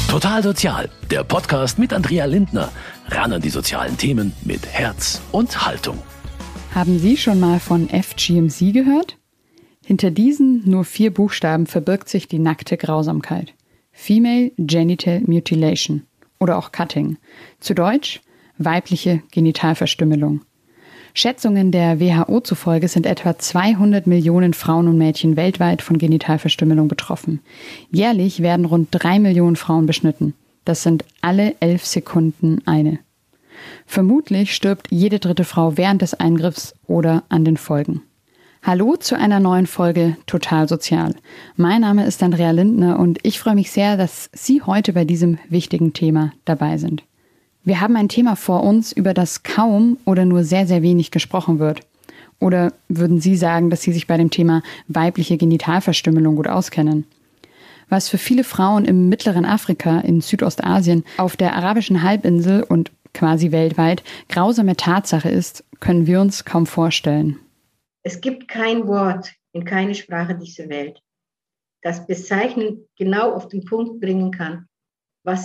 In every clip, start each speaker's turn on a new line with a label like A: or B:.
A: Total Sozial, der Podcast mit Andrea Lindner. Ran an die sozialen Themen mit Herz und Haltung.
B: Haben Sie schon mal von FGMC gehört? Hinter diesen nur 4 Buchstaben verbirgt sich die nackte Grausamkeit. Female Genital Mutilation oder auch Cutting. Zu Deutsch weibliche Genitalverstümmelung. Schätzungen der WHO zufolge sind etwa 200 Millionen Frauen und Mädchen weltweit von Genitalverstümmelung betroffen. Jährlich werden rund 3 Millionen Frauen beschnitten. Das sind alle 11 Sekunden eine. Vermutlich stirbt jede 3. Frau während des Eingriffs oder an den Folgen. Hallo zu einer neuen Folge Total Sozial. Mein Name ist Andrea Lindner und ich freue mich sehr, dass Sie heute bei diesem wichtigen Thema dabei sind. Wir haben ein Thema vor uns, über das kaum oder nur sehr, sehr wenig gesprochen wird. Oder würden Sie sagen, dass Sie sich bei dem Thema weibliche Genitalverstümmelung gut auskennen? Was für viele Frauen im mittleren Afrika, in Südostasien, auf der arabischen Halbinsel und quasi weltweit grausame Tatsache ist, können wir uns kaum vorstellen.
C: Es gibt kein Wort in keine Sprache dieser Welt, das bezeichnend genau auf den Punkt bringen kann, was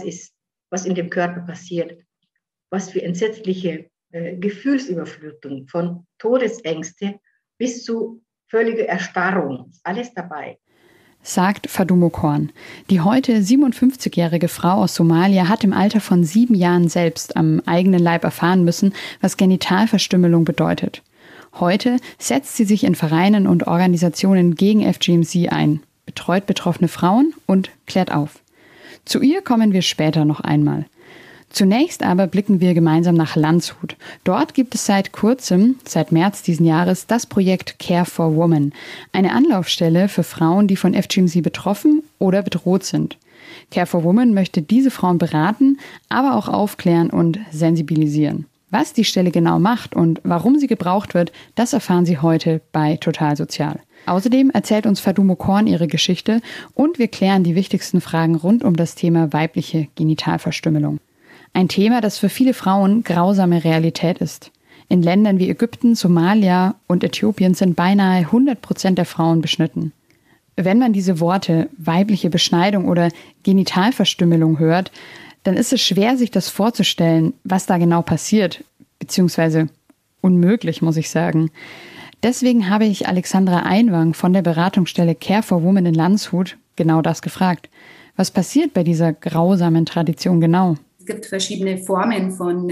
C: in dem Körper passiert, was für entsetzliche Gefühlsüberflutung, von Todesängste bis zu völliger Erstarrung, alles dabei.
B: Sagt Fadumo Korn. Die heute 57-jährige Frau aus Somalia hat im Alter von 7 Jahren selbst am eigenen Leib erfahren müssen, was Genitalverstümmelung bedeutet. Heute setzt sie sich in Vereinen und Organisationen gegen FGMC ein, betreut betroffene Frauen und klärt auf. Zu ihr kommen wir später noch einmal. Zunächst aber blicken wir gemeinsam nach Landshut. Dort gibt es seit kurzem, seit März diesen Jahres, das Projekt Care for Women, eine Anlaufstelle für Frauen, die von FGMC betroffen oder bedroht sind. Care for Women möchte diese Frauen beraten, aber auch aufklären und sensibilisieren. Was die Stelle genau macht und warum sie gebraucht wird, das erfahren Sie heute bei Total Sozial. Außerdem erzählt uns Fadumo Korn ihre Geschichte und wir klären die wichtigsten Fragen rund um das Thema weibliche Genitalverstümmelung. Ein Thema, das für viele Frauen grausame Realität ist. In Ländern wie Ägypten, Somalia und Äthiopien sind beinahe 100% der Frauen beschnitten. Wenn man diese Worte weibliche Beschneidung oder Genitalverstümmelung hört, dann ist es schwer, sich das vorzustellen, was da genau passiert, beziehungsweise unmöglich, muss ich sagen. Deswegen habe ich Alexandra Einwang von der Beratungsstelle Care for Women in Landshut genau das gefragt. Was passiert bei dieser grausamen Tradition genau?
D: Es gibt verschiedene Formen von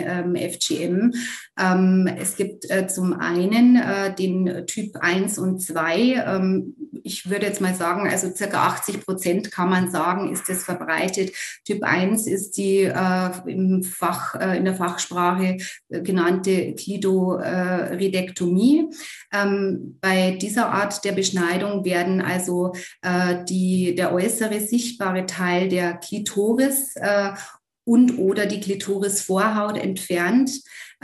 D: FGM. Es gibt zum einen den Typ 1 und 2. Ich würde jetzt mal sagen, also circa 80% kann man sagen, ist es verbreitet. Typ 1 ist die in der Fachsprache genannte Klidoridektomie. Bei dieser Art der Beschneidung werden also der äußere sichtbare Teil der Klitoris und oder die Klitorisvorhaut entfernt.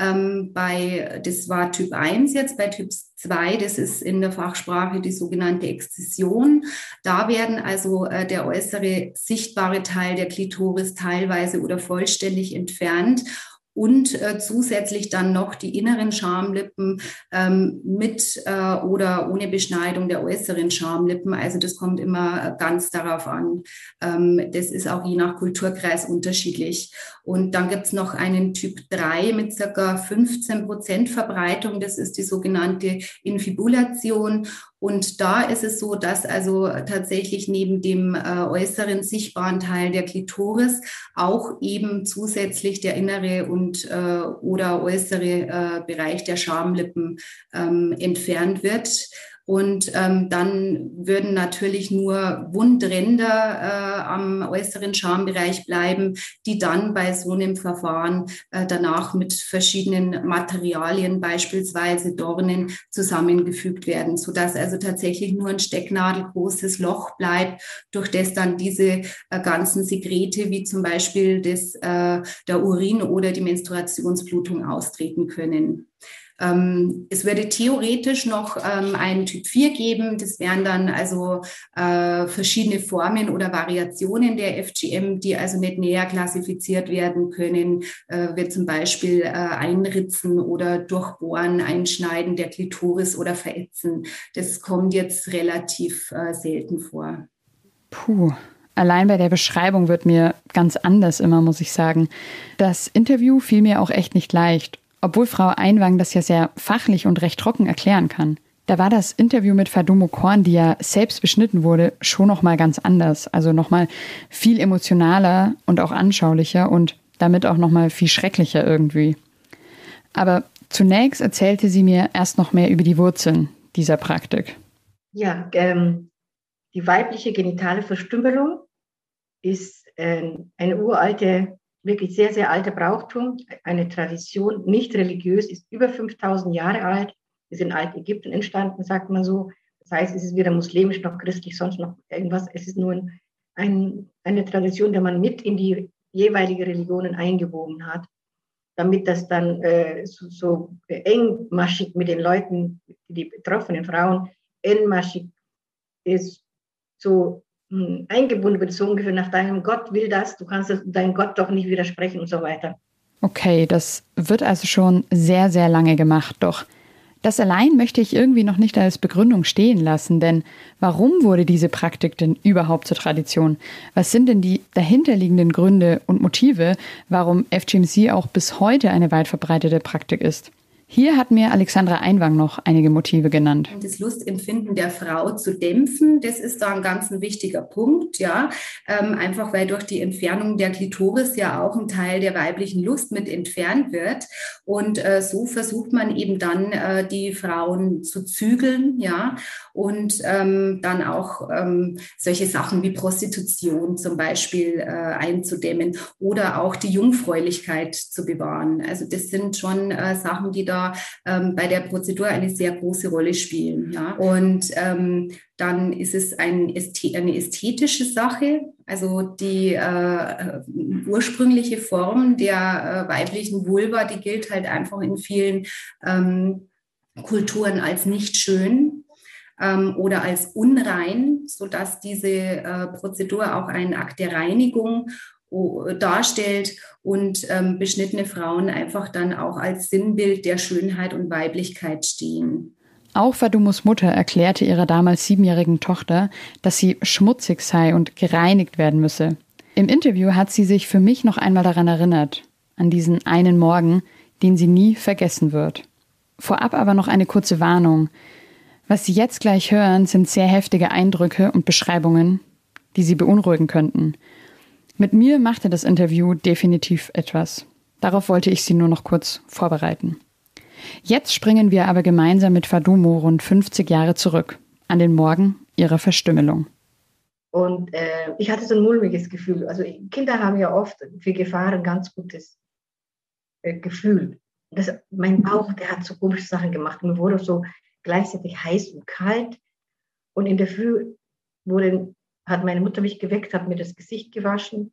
D: Das war Typ 1 jetzt. Bei Typ 2, das ist in der Fachsprache die sogenannte Exzision. Da werden also der äußere sichtbare Teil der Klitoris teilweise oder vollständig entfernt. Und zusätzlich dann noch die inneren Schamlippen mit oder ohne Beschneidung der äußeren Schamlippen. Also das kommt immer ganz darauf an. Das ist auch je nach Kulturkreis unterschiedlich. Und dann gibt es noch einen Typ 3 mit ca. 15% Verbreitung. Das ist die sogenannte Infibulation. Und da ist es so, dass also tatsächlich neben dem äußeren sichtbaren Teil der Klitoris auch eben zusätzlich der innere und oder äußere Bereich der Schamlippen entfernt wird. Und dann würden natürlich nur Wundränder am äußeren Schambereich bleiben, die dann bei so einem Verfahren danach mit verschiedenen Materialien, beispielsweise Dornen, zusammengefügt werden, sodass also tatsächlich nur ein stecknadelgroßes Loch bleibt, durch das dann diese ganzen Sekrete, wie zum Beispiel der Urin oder die Menstruationsblutung austreten können. Es würde theoretisch noch einen Typ 4 geben. Das wären dann also verschiedene Formen oder Variationen der FGM, die also nicht näher klassifiziert werden können, wie zum Beispiel Einritzen oder Durchbohren, Einschneiden der Klitoris oder Verätzen. Das kommt jetzt relativ selten vor.
B: Puh, allein bei der Beschreibung wird mir ganz anders immer, muss ich sagen. Das Interview fiel mir auch echt nicht leicht, obwohl Frau Einwang das ja sehr fachlich und recht trocken erklären kann. Da war das Interview mit Fadoumo Korn, die ja selbst beschnitten wurde, schon nochmal ganz anders. Also nochmal viel emotionaler und auch anschaulicher und damit auch nochmal viel schrecklicher irgendwie. Aber zunächst erzählte sie mir erst noch mehr über die Wurzeln dieser Praktik.
C: Ja, die weibliche genitale Verstümmelung ist eine uralte, wirklich sehr, sehr alte Brauchtum, eine Tradition, nicht religiös, ist über 5000 Jahre alt, ist in Altägypten entstanden, sagt man so. Das heißt, es ist weder muslimisch noch christlich, sonst noch irgendwas. Es ist nur eine Tradition, die man mit in die jeweilige Religionen eingewoben hat, damit das dann so engmaschig mit den Leuten, die betroffenen Frauen, engmaschig ist, so eingebunden wird, so ungefähr nach deinem Gott will das, du kannst deinem Gott doch nicht widersprechen und so weiter.
B: Okay, das wird also schon sehr, sehr lange gemacht, doch das allein möchte ich irgendwie noch nicht als Begründung stehen lassen, denn warum wurde diese Praktik denn überhaupt zur Tradition? Was sind denn die dahinterliegenden Gründe und Motive, warum FGMC auch bis heute eine weit verbreitete Praktik ist? Hier hat mir Alexandra Einwang noch einige Motive genannt.
D: Das Lustempfinden der Frau zu dämpfen, das ist da ein ganz wichtiger Punkt, ja. Einfach weil durch die Entfernung der Klitoris ja auch ein Teil der weiblichen Lust mit entfernt wird. Und so versucht man eben dann, die Frauen zu zügeln, ja. Und dann auch solche Sachen wie Prostitution zum Beispiel einzudämmen oder auch die Jungfräulichkeit zu bewahren. Also das sind schon Sachen, die da bei der Prozedur eine sehr große Rolle spielen. Ja? Und dann ist es eine ästhetische Sache. Also die ursprüngliche Form der weiblichen Vulva, die gilt halt einfach in vielen Kulturen als nicht schön oder als unrein, sodass diese Prozedur auch ein Akt der Reinigung darstellt und beschnittene Frauen einfach dann auch als Sinnbild der Schönheit und Weiblichkeit stehen.
B: Auch Fadoumos Mutter erklärte ihrer damals 7-jährigen Tochter, dass sie schmutzig sei und gereinigt werden müsse. Im Interview hat sie sich für mich noch einmal daran erinnert, an diesen einen Morgen, den sie nie vergessen wird. Vorab aber noch eine kurze Warnung. Was Sie jetzt gleich hören, sind sehr heftige Eindrücke und Beschreibungen, die Sie beunruhigen könnten. Mit mir machte das Interview definitiv etwas. Darauf wollte ich Sie nur noch kurz vorbereiten. Jetzt springen wir aber gemeinsam mit Fadoumo rund 50 Jahre zurück, an den Morgen ihrer Verstümmelung.
C: Und ich hatte so ein mulmiges Gefühl. Also Kinder haben ja oft für Gefahren ganz gutes Gefühl. Mein Bauch, der hat so komische Sachen gemacht. Mir wurde so gleichzeitig heiß und kalt. Und in der Früh hat meine Mutter mich geweckt, hat mir das Gesicht gewaschen,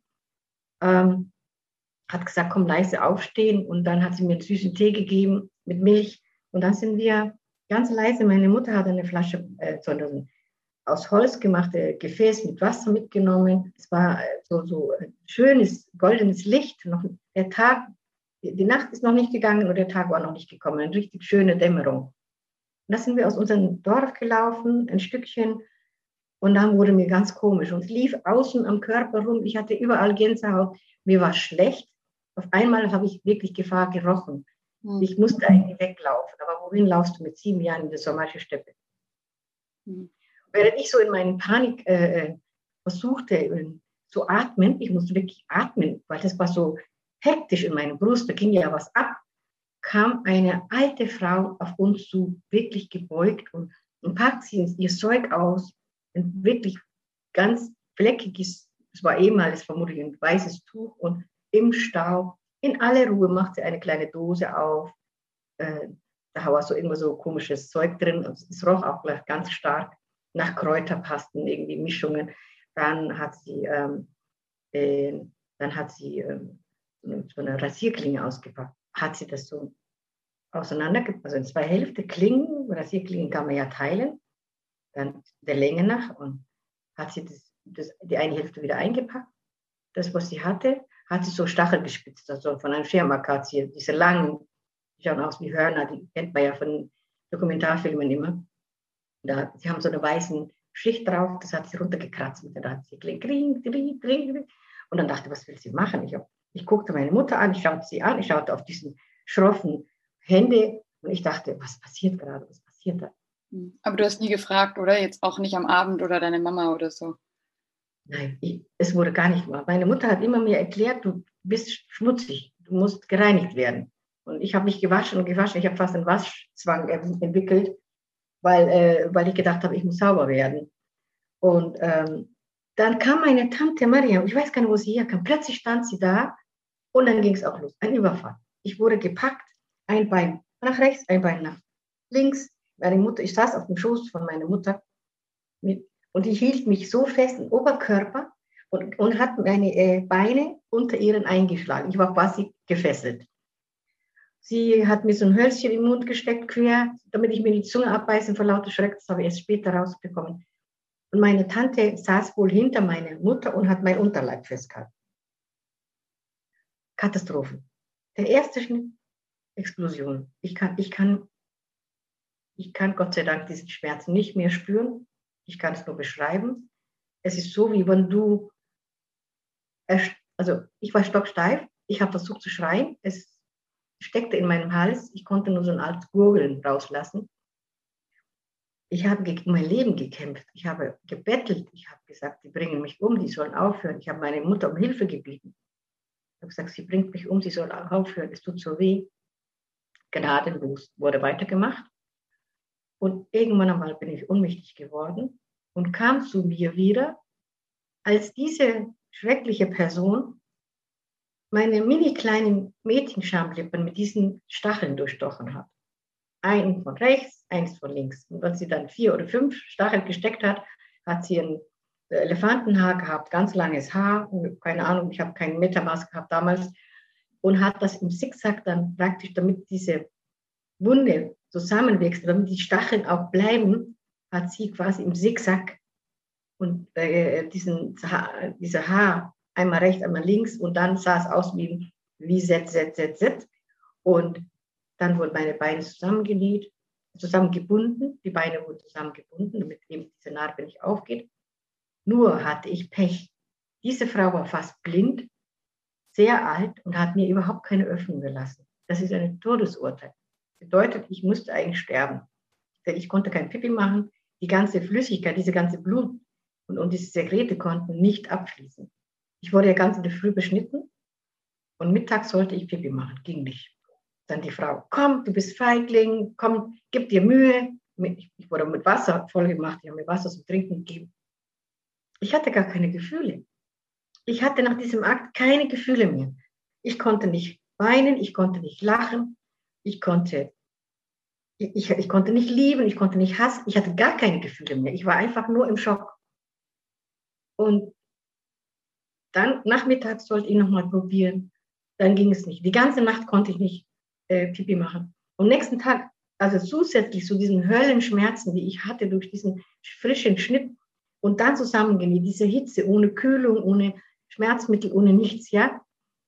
C: hat gesagt, komm, leise aufstehen. Und dann hat sie mir einen süßen Tee gegeben mit Milch. Und dann sind wir ganz leise. Meine Mutter hat eine Flasche, aus Holz gemachte Gefäß mit Wasser mitgenommen. Es war so schönes, goldenes Licht. Die Nacht ist noch nicht gegangen und der Tag war noch nicht gekommen. Eine richtig schöne Dämmerung. Und da sind wir aus unserem Dorf gelaufen, ein Stückchen. Und dann wurde mir ganz komisch. Und es lief außen am Körper rum. Ich hatte überall Gänsehaut. Mir war schlecht. Auf einmal habe ich wirklich Gefahr gerochen. Ich musste eigentlich weglaufen. Aber wohin laufst du mit 7 Jahren in der somalischen Steppe? Während ich so in meinen Panik versuchte zu atmen, ich musste wirklich atmen, weil das war so hektisch in meiner Brust, da ging ja was ab, kam eine alte Frau auf uns zu, wirklich gebeugt und packt sie ihr Zeug aus, ein wirklich ganz fleckiges, es war ehemals vermutlich ein weißes Tuch und im Staub, in aller Ruhe macht sie eine kleine Dose auf, da war so irgendwo so komisches Zeug drin und es roch auch gleich ganz stark nach Kräuterpasten, irgendwie Mischungen. Dann hat sie so eine Rasierklinge ausgepackt. Hat sie das so auseinandergepackt, also in 2 Hälften Klingen, Rasierklingen kann man ja teilen, dann der Länge nach und hat sie die eine Hälfte wieder eingepackt. Das, was sie hatte, hat sie so Stachel gespitzt, also von einer Schirmakazie, diese langen, die schauen aus wie Hörner, die kennt man ja von Dokumentarfilmen immer. Sie haben so einen weißen Schicht drauf, das hat sie runtergekratzt und dann hat sie kling. Und dann dachte ich, was will sie machen? Ich guckte meine Mutter an, ich schaute sie an, ich schaute auf diesen schroffen Hände und ich dachte, was passiert gerade, was passiert da?
B: Aber du hast nie gefragt, oder? Jetzt auch nicht am Abend oder deine Mama oder so?
C: Nein, es wurde gar nicht gemacht. Meine Mutter hat immer mir erklärt, du bist schmutzig, du musst gereinigt werden. Und ich habe mich gewaschen. Ich habe fast einen Waschzwang entwickelt, weil ich gedacht habe, ich muss sauber werden. Und dann kam meine Tante Mariam, ich weiß gar nicht, wo sie herkam, plötzlich stand sie da und dann ging es auch los, ein Überfall. Ich wurde gepackt, ein Bein nach rechts, ein Bein nach links. Ich saß auf dem Schoß von meiner Mutter und die hielt mich so fest im Oberkörper und hat meine Beine unter ihren eingeschlagen. Ich war quasi gefesselt. Sie hat mir so ein Hölzchen im Mund gesteckt, quer, damit ich mir die Zunge abbeißen vor lauter Schreck. Das habe ich erst später rausbekommen. Und meine Tante saß wohl hinter meiner Mutter und hat mein Unterleib festgehalten. Katastrophe. Der erste Schnitt, Explosion. Ich kann Gott sei Dank diesen Schmerz nicht mehr spüren. Ich kann es nur beschreiben. Es ist so, wie wenn du, also ich war stocksteif, ich habe versucht zu schreien, es steckte in meinem Hals, ich konnte nur so ein altes Gurgeln rauslassen. Ich habe um mein Leben gekämpft, ich habe gebettelt, ich habe gesagt, die bringen mich um, die sollen aufhören. Ich habe meine Mutter um Hilfe gebeten. Ich habe gesagt, sie bringt mich um, sie soll aufhören, es tut so weh. Gnadenlos wurde weitergemacht. Und irgendwann einmal bin ich ohnmächtig geworden und kam zu mir wieder, als diese schreckliche Person meine mini kleinen Mädchenschamlippen mit diesen Stacheln durchstochen hat. Einen von rechts, eins von links. Und als sie dann 4 oder 5 Stachel gesteckt hat, hat sie ein Elefantenhaar gehabt, ganz langes Haar, keine Ahnung, ich habe keinen Metamask gehabt damals, und hat das im Zickzack dann praktisch, damit diese Wunde zusammenwächst, damit die Stacheln auch bleiben, hat sie quasi im Zickzack und dieser Haar einmal rechts, einmal links und dann sah es aus wie Z. Und dann wurden meine Beine zusammengebunden, die Beine wurden zusammengebunden, damit eben diese Narbe nicht aufgeht. Nur hatte ich Pech. Diese Frau war fast blind, sehr alt und hat mir überhaupt keine Öffnung gelassen. Das ist ein Todesurteil. Bedeutet, ich musste eigentlich sterben. Denn ich konnte kein Pipi machen. Die ganze Flüssigkeit, diese ganze Blut und diese Sekrete konnten nicht abfließen. Ich wurde ja ganz in der Früh beschnitten und mittags sollte ich Pipi machen. Ging nicht. Dann die Frau, komm, du bist Feigling, komm, gib dir Mühe. Ich wurde mit Wasser voll gemacht, die haben mir Wasser zum Trinken gegeben. Ich hatte gar keine Gefühle. Ich hatte nach diesem Akt keine Gefühle mehr. Ich konnte nicht weinen, ich konnte nicht lachen, ich konnte nicht lieben, ich konnte nicht hassen, ich hatte gar keine Gefühle mehr. Ich war einfach nur im Schock. Und dann nachmittags sollte ich nochmal probieren. Dann ging es nicht. Die ganze Nacht konnte ich nicht Pipi machen. Am nächsten Tag, also zusätzlich zu diesen Höllenschmerzen, die ich hatte durch diesen frischen Schnitt und dann zusammengenäht, diese Hitze, ohne Kühlung, ohne Schmerzmittel, ohne nichts, ja,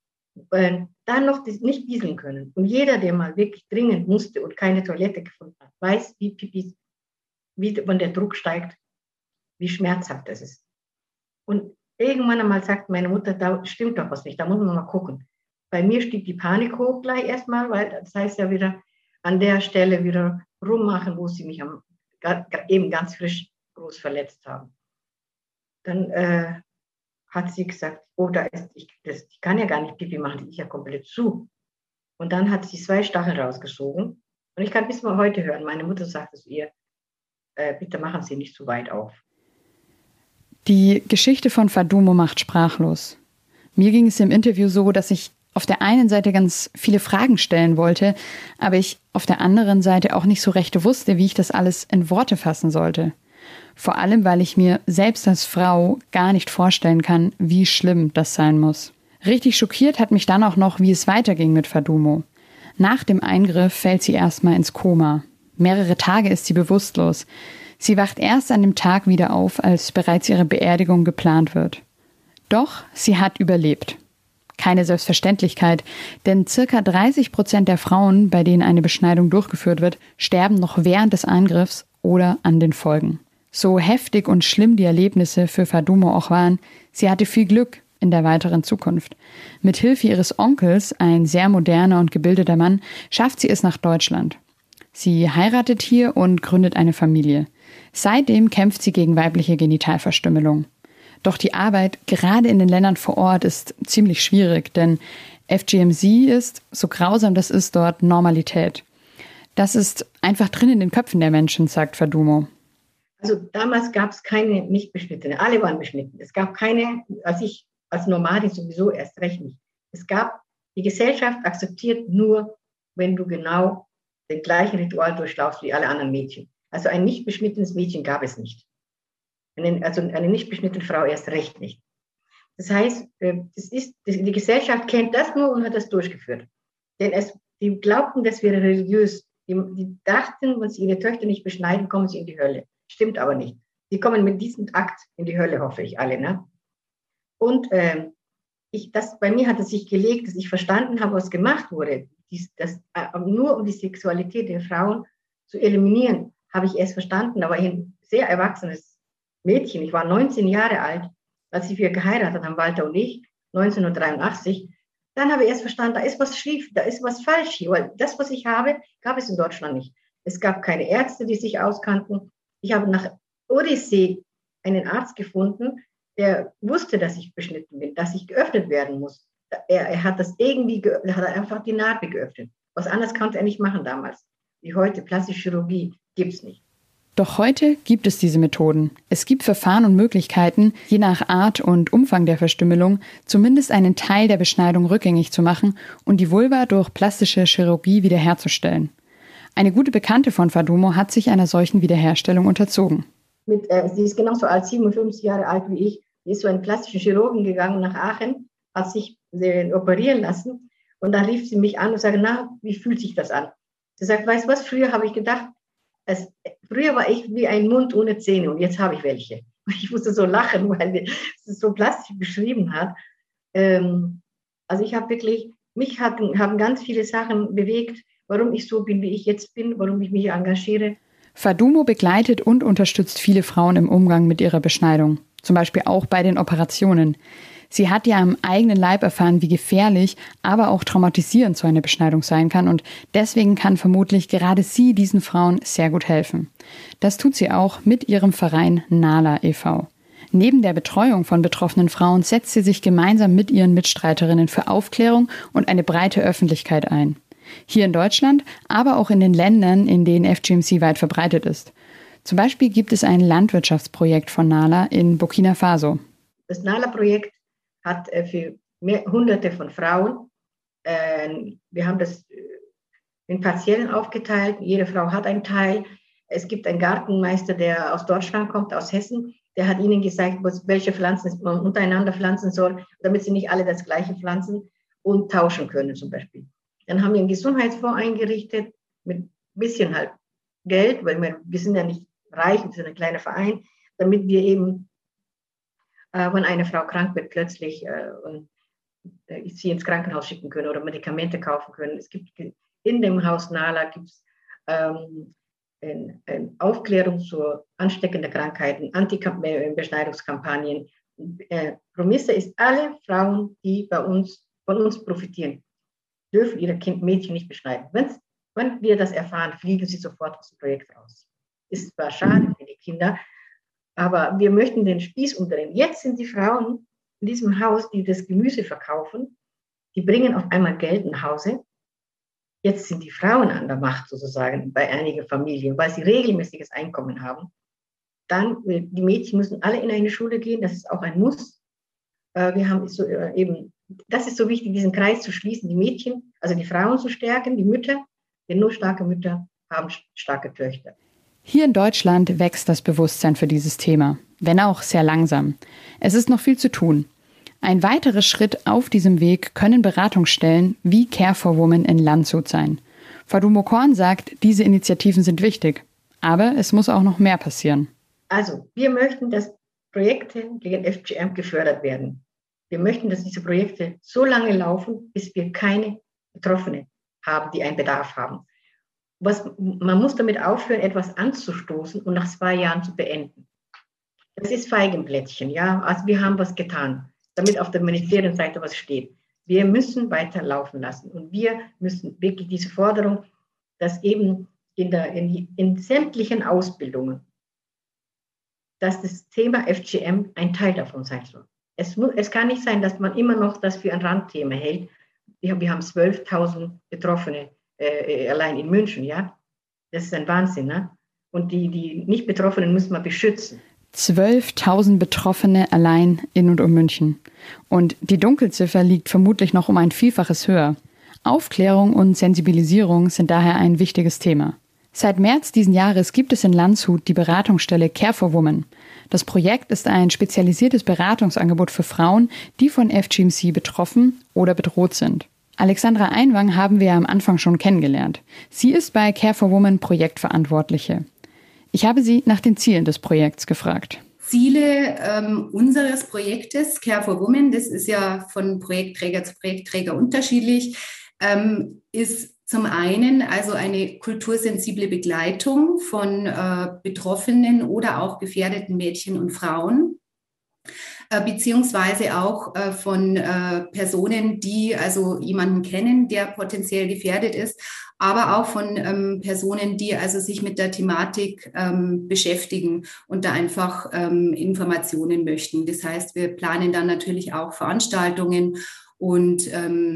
C: dann noch nicht bieseln können. Und jeder, der mal wirklich dringend musste und keine Toilette gefunden hat, weiß, wie Pipi, wenn der Druck steigt, wie schmerzhaft das ist. Und irgendwann einmal sagt meine Mutter, da stimmt doch was nicht, da muss man mal gucken. Bei mir stieg die Panik hoch gleich erstmal, weil das heißt ja wieder an der Stelle wieder rummachen, wo sie mich eben ganz frisch groß verletzt haben. Dann hat sie gesagt, oh, ich kann ja gar nicht Pipi machen, die ist ja komplett zu. Und dann hat sie 2 Stacheln rausgezogen. Und ich kann bis mal heute hören, meine Mutter sagte zu ihr, bitte machen Sie nicht zu weit auf.
B: Die Geschichte von Fadumo macht sprachlos. Mir ging es im Interview so, dass ich auf der einen Seite ganz viele Fragen stellen wollte, aber ich auf der anderen Seite auch nicht so recht wusste, wie ich das alles in Worte fassen sollte. Vor allem, weil ich mir selbst als Frau gar nicht vorstellen kann, wie schlimm das sein muss. Richtig schockiert hat mich dann auch noch, wie es weiterging mit Fadumo. Nach dem Eingriff fällt sie erstmal ins Koma. Mehrere Tage ist sie bewusstlos. Sie wacht erst an dem Tag wieder auf, als bereits ihre Beerdigung geplant wird. Doch sie hat überlebt. Keine Selbstverständlichkeit, denn ca. 30% der Frauen, bei denen eine Beschneidung durchgeführt wird, sterben noch während des Eingriffs oder an den Folgen. So heftig und schlimm die Erlebnisse für Fadumo auch waren, sie hatte viel Glück in der weiteren Zukunft. Mit Hilfe ihres Onkels, ein sehr moderner und gebildeter Mann, schafft sie es nach Deutschland. Sie heiratet hier und gründet eine Familie. Seitdem kämpft sie gegen weibliche Genitalverstümmelung. Doch die Arbeit, gerade in den Ländern vor Ort, ist ziemlich schwierig, denn FGMC ist, so grausam das ist, dort Normalität. Das ist einfach drin in den Köpfen der Menschen, sagt Fadumo.
C: Also damals gab es keine Nicht-Beschnittene, alle waren beschnitten. Es gab keine, als Nomadin sowieso erst recht nicht. Die Gesellschaft akzeptiert nur, wenn du genau den gleichen Ritual durchlaufst wie alle anderen Mädchen. Also ein nicht beschnittenes Mädchen gab es nicht. Also eine nicht beschnittene Frau erst recht nicht. Das heißt, die Gesellschaft kennt das nur und hat das durchgeführt. Denn die glaubten, das wäre religiös. Die dachten, wenn sie ihre Töchter nicht beschneiden, kommen sie in die Hölle. Stimmt aber nicht. Sie kommen mit diesem Akt in die Hölle, hoffe ich alle. Ne? Und bei mir hat es sich gelegt, dass ich verstanden habe, was gemacht wurde. Nur um die Sexualität der Frauen zu eliminieren, habe ich erst verstanden. Aber ein sehr erwachsenes Mädchen, ich war 19 Jahre alt, als wir geheiratet haben, Walter und ich, 1983, dann habe ich erst verstanden, da ist was schief, da ist was falsch hier. Weil das, was ich habe, gab es in Deutschland nicht. Es gab keine Ärzte, die sich auskannten. Ich habe nach Odyssee einen Arzt gefunden, der wusste, dass ich beschnitten bin, dass ich geöffnet werden muss. Er hat das irgendwie geöffnet, hat einfach die Narbe geöffnet. Was anderes konnte er nicht machen damals. Wie heute, plastische Chirurgie gibt es nicht.
B: Doch heute gibt es diese Methoden. Es gibt Verfahren und Möglichkeiten, je nach Art und Umfang der Verstümmelung, zumindest einen Teil der Beschneidung rückgängig zu machen und die Vulva durch plastische Chirurgie wiederherzustellen. Eine gute Bekannte von Fadumo hat sich einer solchen Wiederherstellung unterzogen.
C: Sie ist genauso alt, 57 Jahre alt wie ich. Sie ist zu einem plastischen Chirurgen gegangen nach Aachen, hat sich operieren lassen und dann rief sie mich an und sagte, na, wie fühlt sich das an? Sie sagt, weißt du was, früher habe ich gedacht, früher war ich wie ein Mund ohne Zähne und jetzt habe ich welche. Und ich musste so lachen, weil sie es so plastisch beschrieben hat. Also ich habe wirklich, haben ganz viele Sachen bewegt, warum ich so bin, wie ich jetzt bin, warum ich mich engagiere.
B: Fadumo begleitet und unterstützt viele Frauen im Umgang mit ihrer Beschneidung, zum Beispiel auch bei den Operationen. Sie hat ja am eigenen Leib erfahren, wie gefährlich, aber auch traumatisierend so eine Beschneidung sein kann und deswegen kann vermutlich gerade sie diesen Frauen sehr gut helfen. Das tut sie auch mit ihrem Verein Nala e.V. Neben der Betreuung von betroffenen Frauen setzt sie sich gemeinsam mit ihren Mitstreiterinnen für Aufklärung und eine breite Öffentlichkeit ein. Hier in Deutschland, aber auch in den Ländern, in denen FGMC weit verbreitet ist. Zum Beispiel gibt es ein Landwirtschaftsprojekt von Nala in Burkina Faso.
C: Das Nala-Projekt hat für Hunderte von Frauen, wir haben das in Partiellen aufgeteilt, jede Frau hat einen Teil. Es gibt einen Gartenmeister, der aus Deutschland kommt, aus Hessen, der hat ihnen gesagt, welche Pflanzen man untereinander pflanzen soll, damit sie nicht alle das Gleiche pflanzen und tauschen können zum Beispiel. Dann haben wir einen Gesundheitsfonds eingerichtet mit ein bisschen halt Geld, weil wir sind ja nicht reich, wir sind ein kleiner Verein, damit wir eben, wenn eine Frau krank wird, plötzlich sie ins Krankenhaus schicken können oder Medikamente kaufen können. Es gibt in dem Haus Nala gibt's Aufklärung zu ansteckenden Krankheiten, Anti-Beschneidungskampagnen. Promisse ist, alle Frauen, die von uns profitieren, dürfen ihre Mädchen nicht beschneiden. Wenn wir das erfahren, fliegen sie sofort aus dem Projekt raus. Ist zwar schade für die Kinder, aber wir möchten den Spieß umdrehen. Jetzt sind die Frauen in diesem Haus, die das Gemüse verkaufen, die bringen auf einmal Geld nach Hause. Jetzt sind die Frauen an der Macht sozusagen bei einigen Familien, weil sie regelmäßiges Einkommen haben. Dann, die Mädchen müssen alle in eine Schule gehen, das ist auch ein Muss. Wir haben das ist so wichtig, diesen Kreis zu schließen, die Mädchen, also die Frauen zu stärken, die Mütter, denn nur starke Mütter haben starke Töchter.
B: Hier in Deutschland wächst das Bewusstsein für dieses Thema, wenn auch sehr langsam. Es ist noch viel zu tun. Ein weiterer Schritt auf diesem Weg können Beratungsstellen wie Care for Women in Landshut sein. Fadumo Korn sagt, diese Initiativen sind wichtig, aber es muss auch noch mehr passieren.
C: Also, wir möchten, dass Projekte gegen FGM gefördert werden. Wir möchten, dass diese Projekte so lange laufen, bis wir keine Betroffene haben, die einen Bedarf haben. Man muss damit aufhören, etwas anzustoßen und nach 2 Jahren zu beenden. Das ist Feigenblättchen, ja. Also wir haben was getan, damit auf der Ministerienseite was steht. Wir müssen weiterlaufen lassen und wir müssen wirklich diese Forderung, dass eben in sämtlichen Ausbildungen, dass das Thema FGM ein Teil davon sein soll. Es kann nicht sein, dass man immer noch das für ein Randthema hält. Wir haben 12.000 Betroffene allein in München, ja. Das ist ein Wahnsinn, ne? Und die Nicht-Betroffenen muss man beschützen.
B: 12.000 Betroffene allein in und um München. Und die Dunkelziffer liegt vermutlich noch um ein Vielfaches höher. Aufklärung und Sensibilisierung sind daher ein wichtiges Thema. Seit März diesen Jahres gibt es in Landshut die Beratungsstelle Care for Women. Das Projekt ist ein spezialisiertes Beratungsangebot für Frauen, die von FGMC betroffen oder bedroht sind. Alexandra Einwang haben wir am Anfang schon kennengelernt. Sie ist bei Care for Women Projektverantwortliche. Ich habe sie nach den Zielen des Projekts gefragt.
D: Ziele unseres Projektes Care for Women, das ist ja von Projektträger zu Projektträger unterschiedlich, ist zum einen also eine kultursensible Begleitung von betroffenen oder auch gefährdeten Mädchen und Frauen, beziehungsweise auch von Personen, die also jemanden kennen, der potenziell gefährdet ist, aber auch von Personen, die also sich mit der Thematik beschäftigen und da einfach Informationen möchten. Das heißt, wir planen dann natürlich auch Veranstaltungen und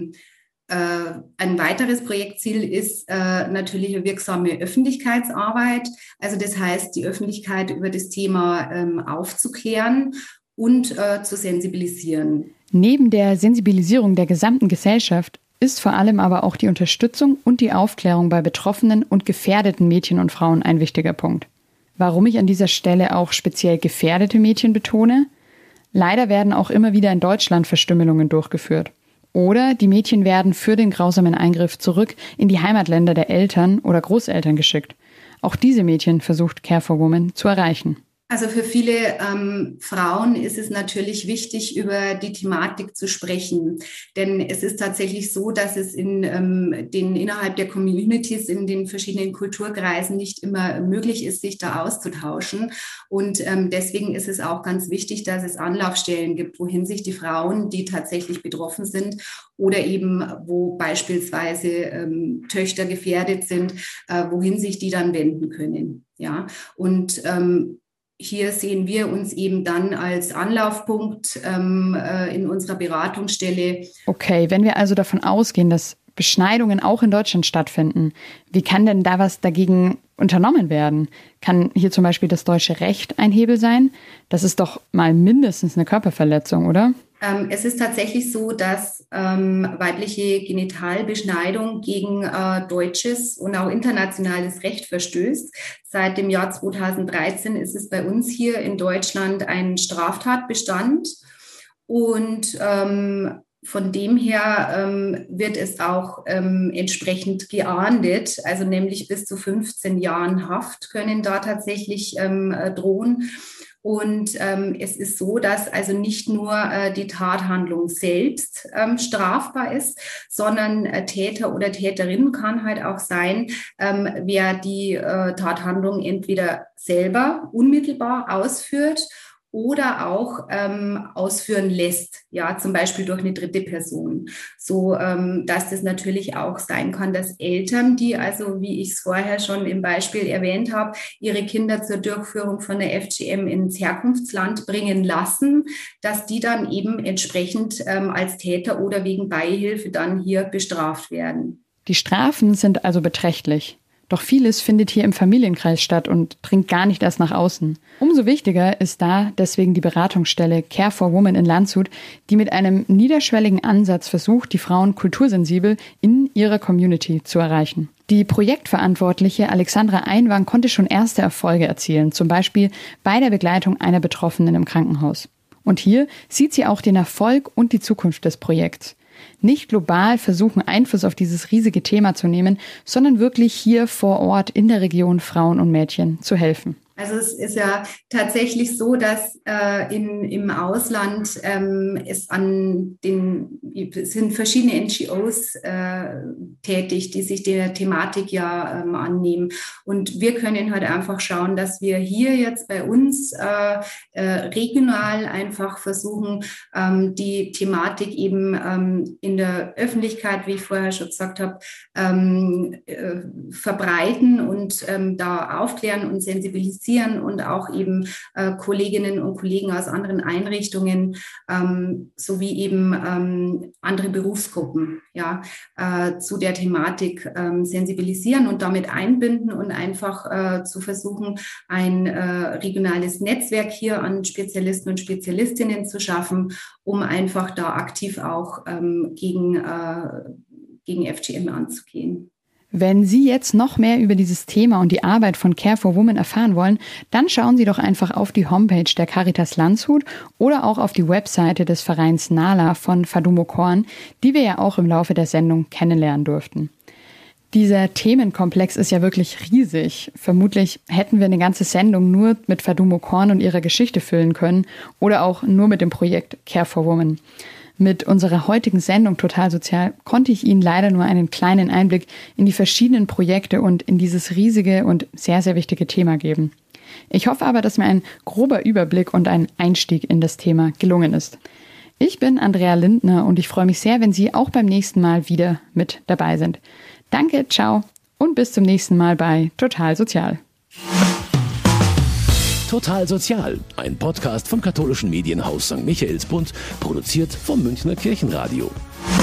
D: ein weiteres Projektziel ist natürlich eine wirksame Öffentlichkeitsarbeit. Also das heißt, die Öffentlichkeit über das Thema aufzuklären und zu sensibilisieren.
B: Neben der Sensibilisierung der gesamten Gesellschaft ist vor allem aber auch die Unterstützung und die Aufklärung bei betroffenen und gefährdeten Mädchen und Frauen ein wichtiger Punkt. Warum ich an dieser Stelle auch speziell gefährdete Mädchen betone? Leider werden auch immer wieder in Deutschland Verstümmelungen durchgeführt. Oder die Mädchen werden für den grausamen Eingriff zurück in die Heimatländer der Eltern oder Großeltern geschickt. Auch diese Mädchen versucht Care for Women zu erreichen.
D: Also für viele Frauen ist es natürlich wichtig, über die Thematik zu sprechen. Denn es ist tatsächlich so, dass es innerhalb der Communities, in den verschiedenen Kulturkreisen nicht immer möglich ist, sich da auszutauschen. Und deswegen ist es auch ganz wichtig, dass es Anlaufstellen gibt, wohin sich die Frauen, die tatsächlich betroffen sind oder eben wo beispielsweise Töchter gefährdet sind, wohin sich die dann wenden können. Ja, und hier sehen wir uns eben dann als Anlaufpunkt in unserer Beratungsstelle.
B: Okay, wenn wir also davon ausgehen, dass Beschneidungen auch in Deutschland stattfinden, wie kann denn da was dagegen unternommen werden? Kann hier zum Beispiel das deutsche Recht ein Hebel sein? Das ist doch mal mindestens eine Körperverletzung, oder?
D: Es ist tatsächlich so, dass weibliche Genitalbeschneidung gegen deutsches und auch internationales Recht verstößt. Seit dem Jahr 2013 ist es bei uns hier in Deutschland ein Straftatbestand und von dem her wird es auch entsprechend geahndet, also nämlich bis zu 15 Jahren Haft können da tatsächlich drohen. Und es ist so, dass also nicht nur die Tathandlung selbst strafbar ist, sondern Täter oder Täterin kann halt auch sein, wer die Tathandlung entweder selber unmittelbar ausführt oder auch ausführen lässt, ja, zum Beispiel durch eine dritte Person. So, dass das natürlich auch sein kann, dass Eltern, die also, wie ich es vorher schon im Beispiel erwähnt habe, ihre Kinder zur Durchführung von der FGM ins Herkunftsland bringen lassen, dass die dann eben entsprechend als Täter oder wegen Beihilfe dann hier bestraft werden.
B: Die Strafen sind also beträchtlich. Doch vieles findet hier im Familienkreis statt und dringt gar nicht erst nach außen. Umso wichtiger ist da deswegen die Beratungsstelle Care for Women in Landshut, die mit einem niederschwelligen Ansatz versucht, die Frauen kultursensibel in ihrer Community zu erreichen. Die Projektverantwortliche Alexandra Einwang konnte schon erste Erfolge erzielen, zum Beispiel bei der Begleitung einer Betroffenen im Krankenhaus. Und hier sieht sie auch den Erfolg und die Zukunft des Projekts. Nicht global versuchen, Einfluss auf dieses riesige Thema zu nehmen, sondern wirklich hier vor Ort in der Region Frauen und Mädchen zu helfen.
D: Also es ist ja tatsächlich so, dass im Ausland es sind verschiedene NGOs tätig, die sich der Thematik ja annehmen. Und wir können halt einfach schauen, dass wir hier jetzt bei uns regional einfach versuchen, die Thematik eben in der Öffentlichkeit, wie ich vorher schon gesagt habe, verbreiten und da aufklären und sensibilisieren und auch eben Kolleginnen und Kollegen aus anderen Einrichtungen sowie eben andere Berufsgruppen zu der Thematik sensibilisieren und damit einbinden und einfach zu versuchen, ein regionales Netzwerk hier an Spezialisten und Spezialistinnen zu schaffen, um einfach da aktiv auch gegen FGM anzugehen.
B: Wenn Sie jetzt noch mehr über dieses Thema und die Arbeit von Care for Women erfahren wollen, dann schauen Sie doch einfach auf die Homepage der Caritas Landshut oder auch auf die Webseite des Vereins NALA von Fadumo Korn, die wir ja auch im Laufe der Sendung kennenlernen durften. Dieser Themenkomplex ist ja wirklich riesig. Vermutlich hätten wir eine ganze Sendung nur mit Fadumo Korn und ihrer Geschichte füllen können oder auch nur mit dem Projekt Care for Women. Mit unserer heutigen Sendung Total Sozial konnte ich Ihnen leider nur einen kleinen Einblick in die verschiedenen Projekte und in dieses riesige und sehr, sehr wichtige Thema geben. Ich hoffe aber, dass mir ein grober Überblick und ein Einstieg in das Thema gelungen ist. Ich bin Andrea Lindner und ich freue mich sehr, wenn Sie auch beim nächsten Mal wieder mit dabei sind. Danke, ciao und bis zum nächsten Mal bei Total Sozial.
A: Total Sozial, ein Podcast vom katholischen Medienhaus St. Michaelsbund, produziert vom Münchner Kirchenradio.